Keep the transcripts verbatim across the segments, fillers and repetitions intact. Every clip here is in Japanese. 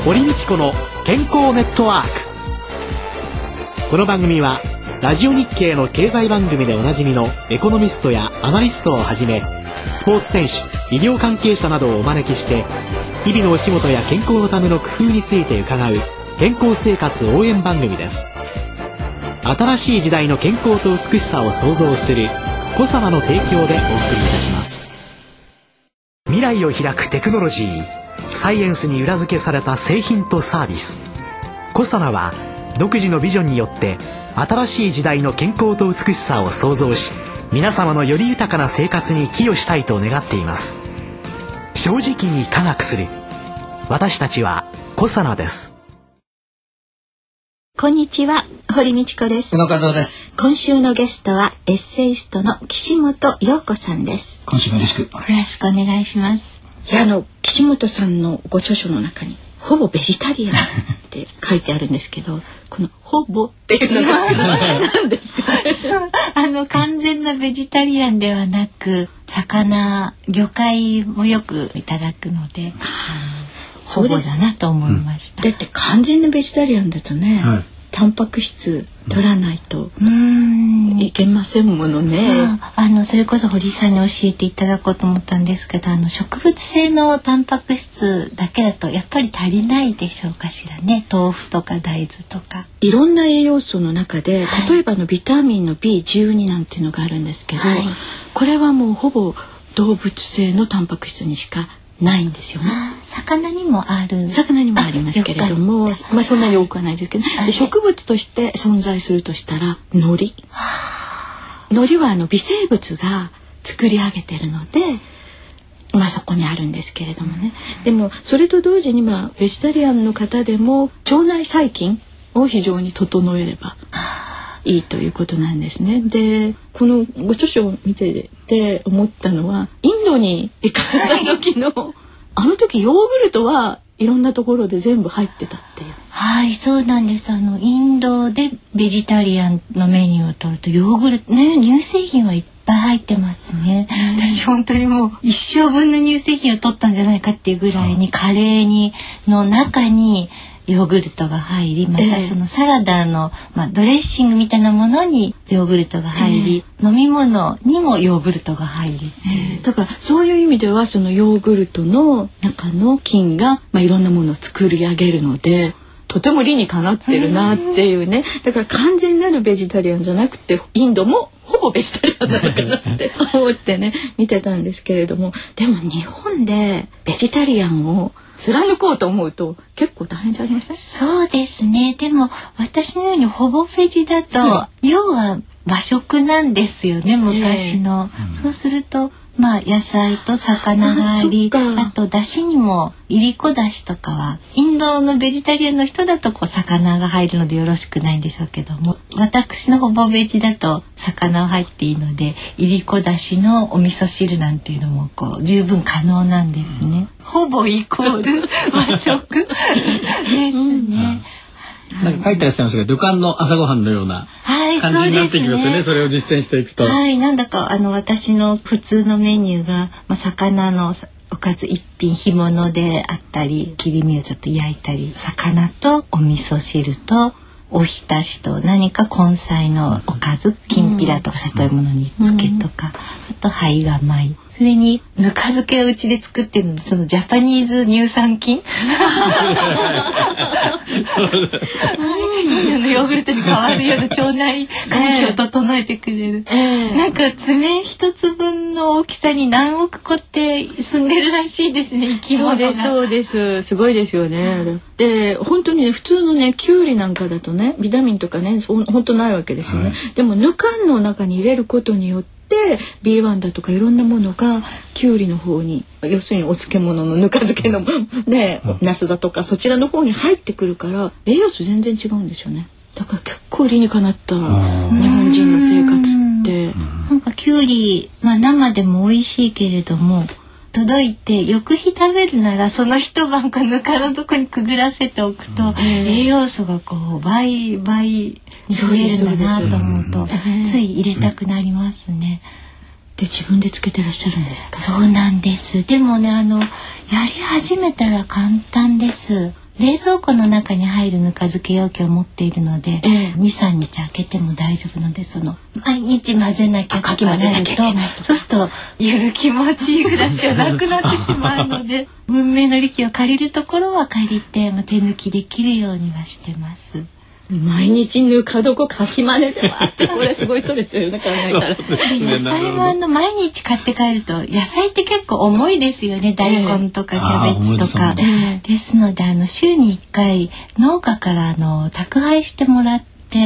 堀道子の健康ネットワーク。この番組はラジオ日経の経済番組でおなじみのエコノミストやアナリストをはじめ、スポーツ選手、医療関係者などをお招きして日々のお仕事や健康のための工夫について伺う健康生活応援番組です。新しい時代の健康と美しさを創造するコサナの提供でお送りいたします。未来を開くテクノロジー、サイエンスに裏付けされた製品とサービス。コサナは独自のビジョンによって新しい時代の健康と美しさを創造し、皆様のより豊かな生活に寄与したいと願っています。正直に科学する、私たちはコサナです。 こんにちは、堀道子です。 宇野和夫です。 今週のゲストはエッセイストの岸本陽子さんです。 今週もよろしくお願いします。 よろしくお願いします。いや、あの岸本さんのご著書の中にほぼベジタリアンって書いてあるんですけどこのほぼっていうのが何ですか？あの完全なベジタリアンではなく、魚、魚介もよくいただくので、ほぼだなと思いました。 だって完全なベジタリアンだとね、はい、タンパク質取らないといけませんものね。 あ, あのそれこそ堀さんに教えていただこうと思ったんですけど、あの植物性のタンパク質だけだとやっぱり足りないでしょうかしらね。豆腐とか大豆とかいろんな栄養素の中で、はい、例えばのビタミンの ビーじゅうに なんていうのがあるんですけど、はい、これはもうほぼ動物性のタンパク質にしかないんですよね。 魚にもある。 魚にもありますけれども、まあそんなに多くはないですけど、で植物として存在するとしたら海苔。海苔はあの微生物が作り上げてるので、まあそこにあるんですけれどもね。でもそれと同時にまあベジタリアンの方でも腸内細菌を非常に整えればいいということなんですね。で、このご著書を見てて思ったのは、インドに行かれた時のあの時ヨーグルトはいろんなところで全部入ってたっていう。 はい、そうなんです。あのインドでベジタリアンのメニューを取るとヨーグルトね、乳製品はいっぱい入ってますね。私本当にもう一生分の乳製品を取ったんじゃないかっていうぐらいに、カレーにの中にヨーグルトが入り、またそのサラダの、まあ、ドレッシングみたいなものにヨーグルトが入り、えー、飲み物にもヨーグルトが入り、 えー、だからそういう意味ではそのヨーグルトの中の菌が、まあ、いろんなものを作り上げるのでとても理にかなってるなっていうね。だから完全なるベジタリアンじゃなくてインドもほぼベジタリアンなのかなって思ってね見てたんですけれども、でも日本でベジタリアンを貫こうと思うと結構大変じゃありません？ そうですね。でも私のようにほぼベジだと、うん、要は和食なんですよね、昔の、えー、そうするとまあ野菜と魚があり、 あ, あとだしにもいりこだしとかはインドのベジタリアンの人だとこう魚が入るのでよろしくないんでしょうけども、私のほぼベジだと魚は入っていいのでいりこだしのお味噌汁なんていうのもこう十分可能なんですね。ほぼイコール和食ですね。 なんか書いてらっしゃいますが、旅館の朝ごはんのような感じになってきますよね。はい、 そ, ねそれを実践していくと。 はい、なんだかあの私の普通のメニューが、まあ、魚のおかず一品干物であったり、切り身をちょっと焼いたり、魚とお味噌汁とおひたしと何か根菜のおかず、きんぴらとか里芋の煮付けとか、うん、あと胚芽米、それにぬか漬けをうちで作ってるので、そのジャパニーズ乳酸菌インドのヨーグルトに変わるような腸内環境を整えてくれる、えー、なんか爪一つ分の大きさに何億個って住んでるらしいですね、生き物が。 そうです、そうです、すごいですよね、うん、で本当にね、普通のねキュウリなんかだとねビタミンとかね本当ないわけですよね、はい、でもぬかの中に入れることによってで ビーワン だとかいろんなものがきゅうりの方に、要するにお漬物のぬか漬けのね、ナスだとかそちらの方に入ってくるから栄養素全然違うんですよね。だから結構理にかなった日本人の生活って、 なんかきゅうり、まあ、生でも美味しいけれども届いて翌日食べるならその一晩かぬかのとこにくぐらせておくと、栄養素がこう倍倍増えるんだなと思うとつい入れたくなりますね。 で自分でつけてらっしゃるんですか？ そうなんです。でもね、あのやり始めたら簡単です。 冷蔵庫の中に入るぬか漬け容器を持っているので、ええ、にさんにち開けても大丈夫なので、その毎日混ぜなきゃとかなると、そうするとゆる気持ちいい暮らしではなくなってしまうので文明の利器を借りるところは借りて、まあ、手抜きできるようにはしてます。 毎日ぬか床かき混ぜてもらって、これすごいストレスよね、考えたら。 野菜もあの毎日買って帰ると、野菜って結構重いですよね、大根とかキャベツとか、えー、ですのであの週にいっかい農家からあの宅配してもらって、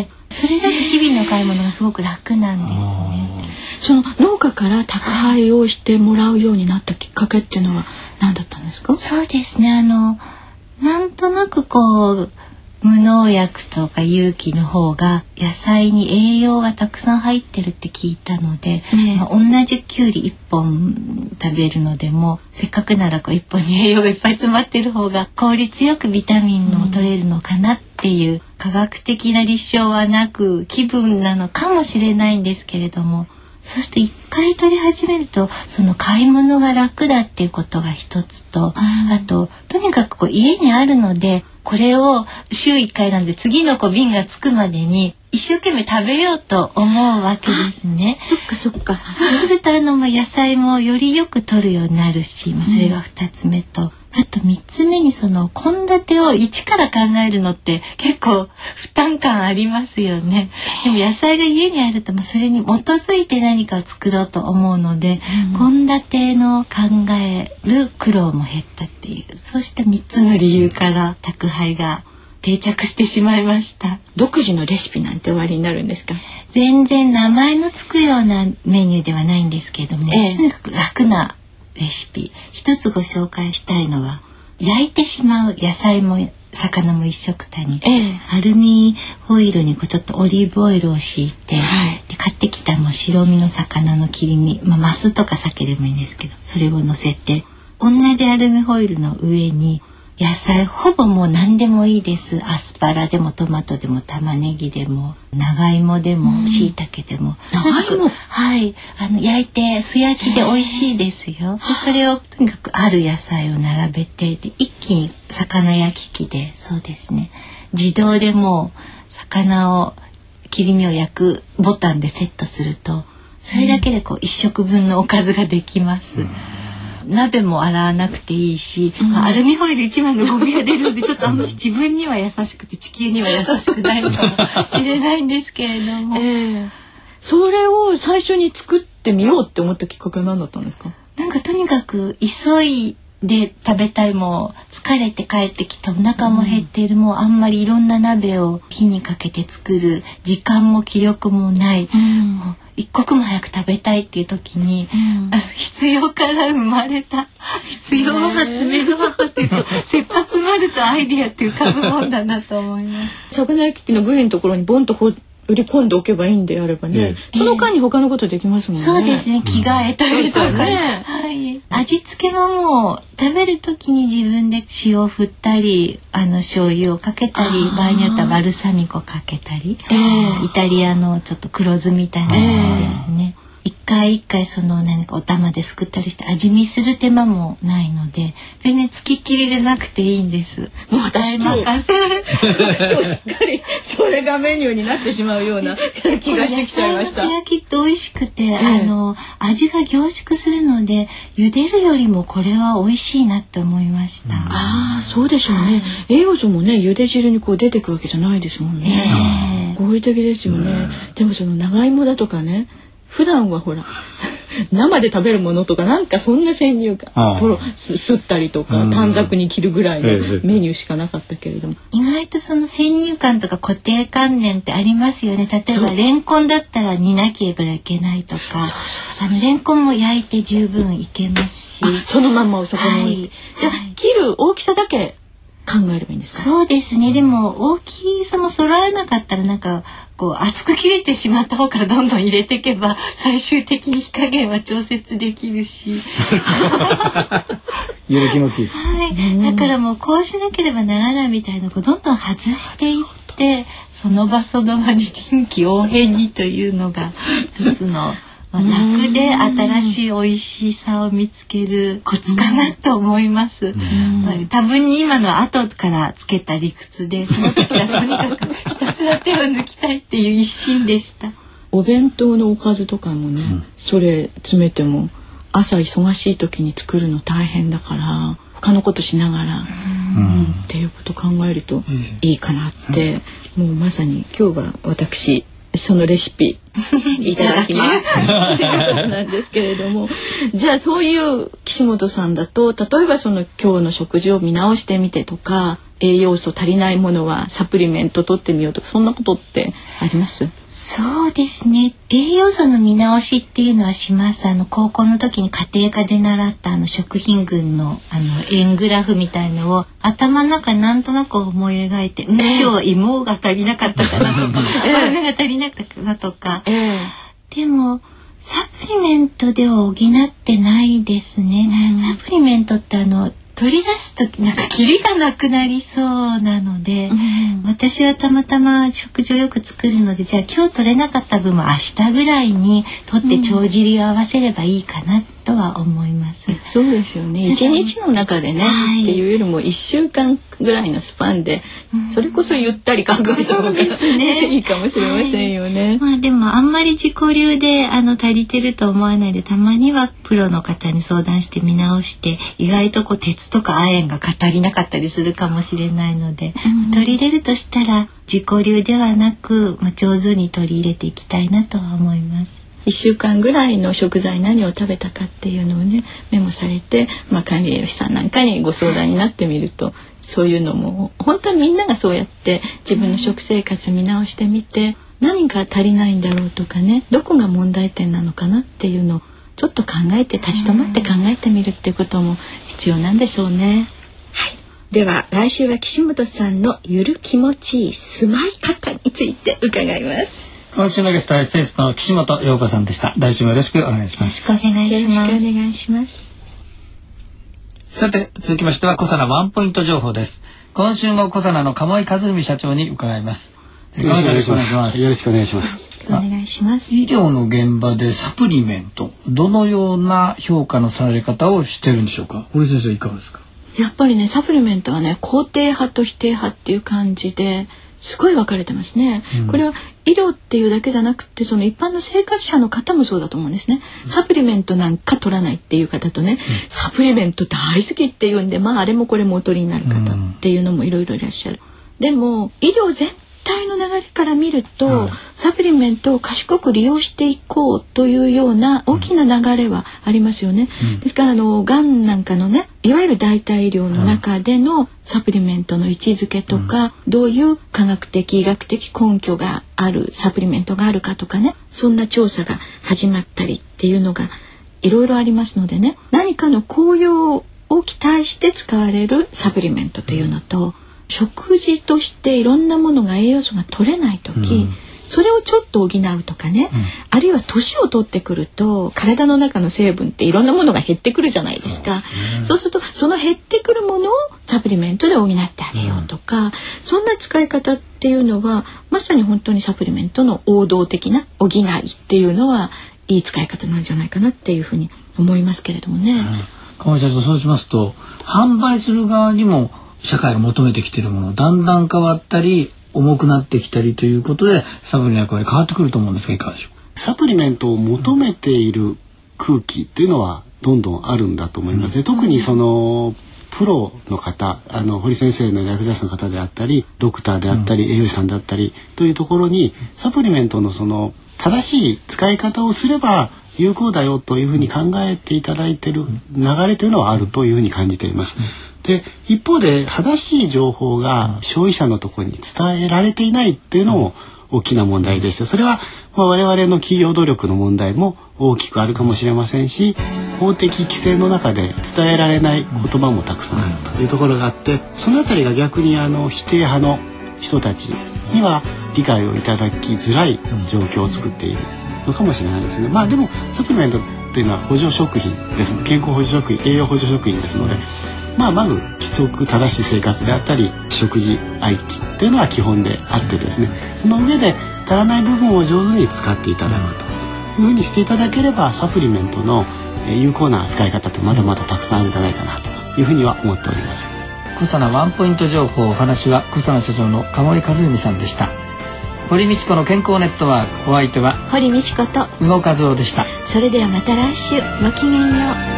それだけ日々の買い物がすごく楽なんですね。 その農家から宅配をしてもらうようになったきっかけっていうのは何だったんですか？ そうですね、あのなんとなくこう無農薬とか有機の方が野菜に栄養がたくさん入ってるって聞いたので、ね、まあ、同じきゅうりいっぽん食べるのでもせっかくならこういっぽんに栄養がいっぱい詰まってる方が効率よくビタミンを取れるのかなっていう、うん、科学的な立証はなく気分なのかもしれないんですけれども、そして一回取り始めるとその買い物が楽だっていうことが一つと、うん、あととにかくこう家にあるのでこれを週いっかいなんで次のこう瓶がつくまでに一生懸命食べようと思うわけですね。 そっかそっか。 そうするとあの、まあ、野菜もよりよく取るようになるし、まあ、それがふたつめと、うん、あとみっつめにその献立を一から考えるのって結構負担感ありますよね。でも野菜が家にあると、まあ、それに基づいて何かを作ろうと思うので献立、うん、の考える苦労も減ったっていう、そうしたみっつの理由から宅配が定着してしまいました。 独自のレシピなんておありになるんですか？ 全然名前のつくようなメニューではないんですけども、ええ、とにかく楽なレシピ一つご紹介したいのは、焼いてしまう野菜も魚も一緒くたに、ええ、アルミホイルにこうちょっとオリーブオイルを敷いて、はい、で買ってきたもう白身の魚の切り身、まあ、マスとか鮭でもいいんですけど、それを乗せて同じアルミホイルの上に野菜ほぼもう何でもいいです。アスパラでもトマトでも玉ねぎでも長芋でも椎茸でも、 長芋、 はい、あの焼いて素焼きで美味しいですよ。でそれをとにかくある野菜を並べて、で一気に魚焼き器で、そうですね、自動でもう魚を切り身を焼くボタンでセットすると、それだけでこう一食分のおかずができます。うん、鍋も洗わなくていいし、うん、アルミホイルいちまいのゴミが出るんでちょっとあんまり自分には優しくて地球には優しくないかもしれないんですけれども、えー、 それを最初に作ってみようって思ったきっかけは何だったんですか？ なんかとにかく急いで食べたい、もう疲れて帰ってきたお腹も減っている、うん、もうあんまりいろんな鍋を火にかけて作る時間も気力もない、うん、もう一刻も早く食べたいっていう時に、うん、必要から生まれた必要は発明の母っていうか、切羽詰まるとアイディアっていうかぶもんだなと思います。 魚焼き器のグリのところにボンとほ売り込んでおけばいいんであればね、えー、その間に他のことできますもんね。 そうですね、着替えたりとか、ね、はい、味付けももう食べる時に自分で塩を振ったり、あの醤油をかけたり、場合によってはバルサミコかけたり、えー、イタリアのちょっと黒酢みたいなものですね、えー一回一回その何かお玉ですくったりして味見する手間もないので、全然つきっきりでなくていいんです。 もう私今日今日しっかりそれがメニューになってしまうような気がしてきちゃいました。 野菜の素焼きって美味しくて、うん、あの味が凝縮するので、茹でるよりもこれは美味しいなって思いました。うん、 ああ、そうでしょうね。栄養素もね、茹で汁にこう出てくわけじゃないですもんね。えー、合理的ですよね。でもその長芋だとかね、普段はほら生で食べるものとかなんかそんな先入観、とろすすったりとか短冊に切るぐらいのメニューしかなかったけれども、 意外とその先入観とか固定観念ってありますよね。例えばレンコンだったら煮なければいけないとか、あのレンコンも焼いて十分いけますし、 そのまんまをそこに置いて、はいはい、切る大きさだけ考えればいいんですか？ そうですね。でも大きさも揃えなかったらなんかこう厚く切れてしまった方からどんどん入れていけば最終的に火加減は調節できるしゆる気持ちいい、 はい、だからもうこうしなければならないみたいなこうどんどん外していって、その場その場に臨機応変にというのが一つのまあ、楽で新しい美味しさを見つけるコツかなと思います。まあ、多分に今の後からつけた理屈で、その時はとにかくひたすら手を抜きたいっていう一心でした。 お弁当のおかずとかもね、うん、それ詰めても朝忙しい時に作るの大変だから他のことしながら、うんうん、っていうこと考えるといいかなって、うん、もうまさに今日は私そのレシピいただきますなんですけれども、じゃあそういう岸本さんだと、例えばその今日の食事を見直してみてとか、栄養素足りないものはサプリメント取ってみようとか、そんなことってあります？ そうですね、栄養素の見直しっていうのはします。あの高校の時に家庭科で習ったあの食品群のあの円グラフみたいのを頭の中なんとなく思い描いて、うん、今日芋が足りなかったかなとか米が足りなかったかなとか、えー、でもサプリメントでは補ってないですね、うん、サプリメントってあの取り出すとなんかキリがなくなりそうなので、うん、私はたまたま食事をよく作るので、じゃあ今日取れなかった分も明日ぐらいに取って帳尻を合わせればいいかなとは思います。 うん、そうですよね。一日の中でね、はい、っていうよりも一週間ぐらいのスパンで、うん、それこそゆったり考えた方が、ね、いいかもしれませんよね。はい、 まあでもあんまり自己流であの足りてると思わないで、たまにはプロの方に相談して見直して、意外とこう鉄とか亜鉛が足りなかったりするかもしれないので、うん、取り入れるとしたら自己流ではなく、まあ、上手に取り入れていきたいなとは思います。 いっしゅうかんぐらいの食材何を食べたかっていうのをねメモされて、まあ、管理栄養士さんなんかにご相談になってみると、そういうのも本当にみんながそうやって自分の食生活見直してみて、何が足りないんだろうとかね、どこが問題点なのかなっていうのをちょっと考えて立ち止まって考えてみるっていうことも必要なんでしょうね。はい、では来週は岸本さんのゆる気持ちいい住まい方について伺います。 今週のゲストはエッセイストの岸本陽子さんでした。来週もよろしくお願いします。 よろしくお願いします。 よろしくお願いします。 さて続きましてはコサナワンポイント情報です。今週のコサナの鴨井和文社長に伺います。 よろしくお願いします。よろしくお願いします。 お願いします。 医療の現場でサプリメント、どのような評価のされ方をしてるんでしょうか。堀先生いかがですか。 やっぱりねサプリメントはね肯定派と否定派っていう感じですごい分かれてますね。うん、これは医療っていうだけじゃなくて、その一般の生活者の方もそうだと思うんですね。サプリメントなんか取らないっていう方とね、うん、サプリメント大好きっていうんで、まああれもこれもお取りになる方っていうのもいろいろいらっしゃる。でも医療全体の流れから見ると、はい、サプリメントを賢く利用していこうというような大きな流れはありますよね。うん、ですからあのがんなんかのね、いわゆる代替医療の中でのサプリメントの位置づけとか、うん、どういう科学的医学的根拠があるサプリメントがあるかとかね、そんな調査が始まったりっていうのがいろいろありますのでね、何かの効用を期待して使われるサプリメントというのと、食事としていろんなものが栄養素が取れない時、うん、それをちょっと補うとかね、うん、あるいは年を取ってくると体の中の成分っていろんなものが減ってくるじゃないですか。そうね、そうするとその減ってくるものをサプリメントで補ってあげようとか、うん、そんな使い方っていうのはまさに本当にサプリメントの王道的な補いっていうのはいい使い方なんじゃないかなっていうふうに思いますけれどもね。うん、 川井社長、そうしますと販売する側にも社会が求めてきているものだんだん変わったり重くなってきたりということで、サプリの役割変わってくると思うんですがいかがでしょう。 サプリメントを求めている空気っていうのはどんどんあるんだと思います、うん、特にそのプロの方、あの堀先生の薬剤師の方であったりドクターであったり、うん、栄養士さんであったりというところにサプリメントのその正しい使い方をすれば有効だよというふうに考えていただいている流れというのはあるというふうに感じています。うん、で一方で正しい情報が消費者のところに伝えられていないっていうのも大きな問題でして、それはまあ我々の企業努力の問題も大きくあるかもしれませんし、法的規制の中で伝えられない言葉もたくさんあるというところがあって、そのあたりが逆にあの否定派の人たちには理解をいただきづらい状況を作っているのかもしれないですね。まあでもサプリメントっていうのは補助食品です。健康補助食品、栄養補助食品ですので、まあまず規則正しい生活であったり食事愛機というのは基本であってですね、その上で足らない部分を上手に使っていただくというふうにしていただければサプリメントの有効な使い方ってまだまだたくさんあるんじゃないかなというふうには思っております。 コサナワンポイント情報、お話はコサナ社長の加森和文さんでした。堀道子の健康ネットワーク、お相手は堀道子と宇野和夫でした。 それではまた来週、ごきげんよう。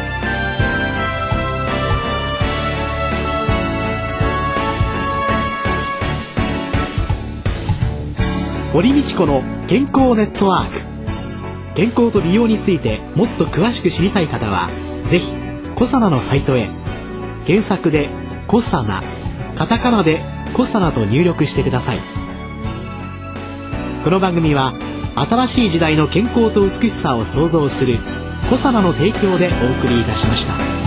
堀道子の健康ネットワーク。健康と美容についてもっと詳しく知りたい方はぜひコサナのサイトへ。検索でコサナ、カタカナでコサナと入力してください。この番組は新しい時代の健康と美しさを創造するコサナの提供でお送りいたしました。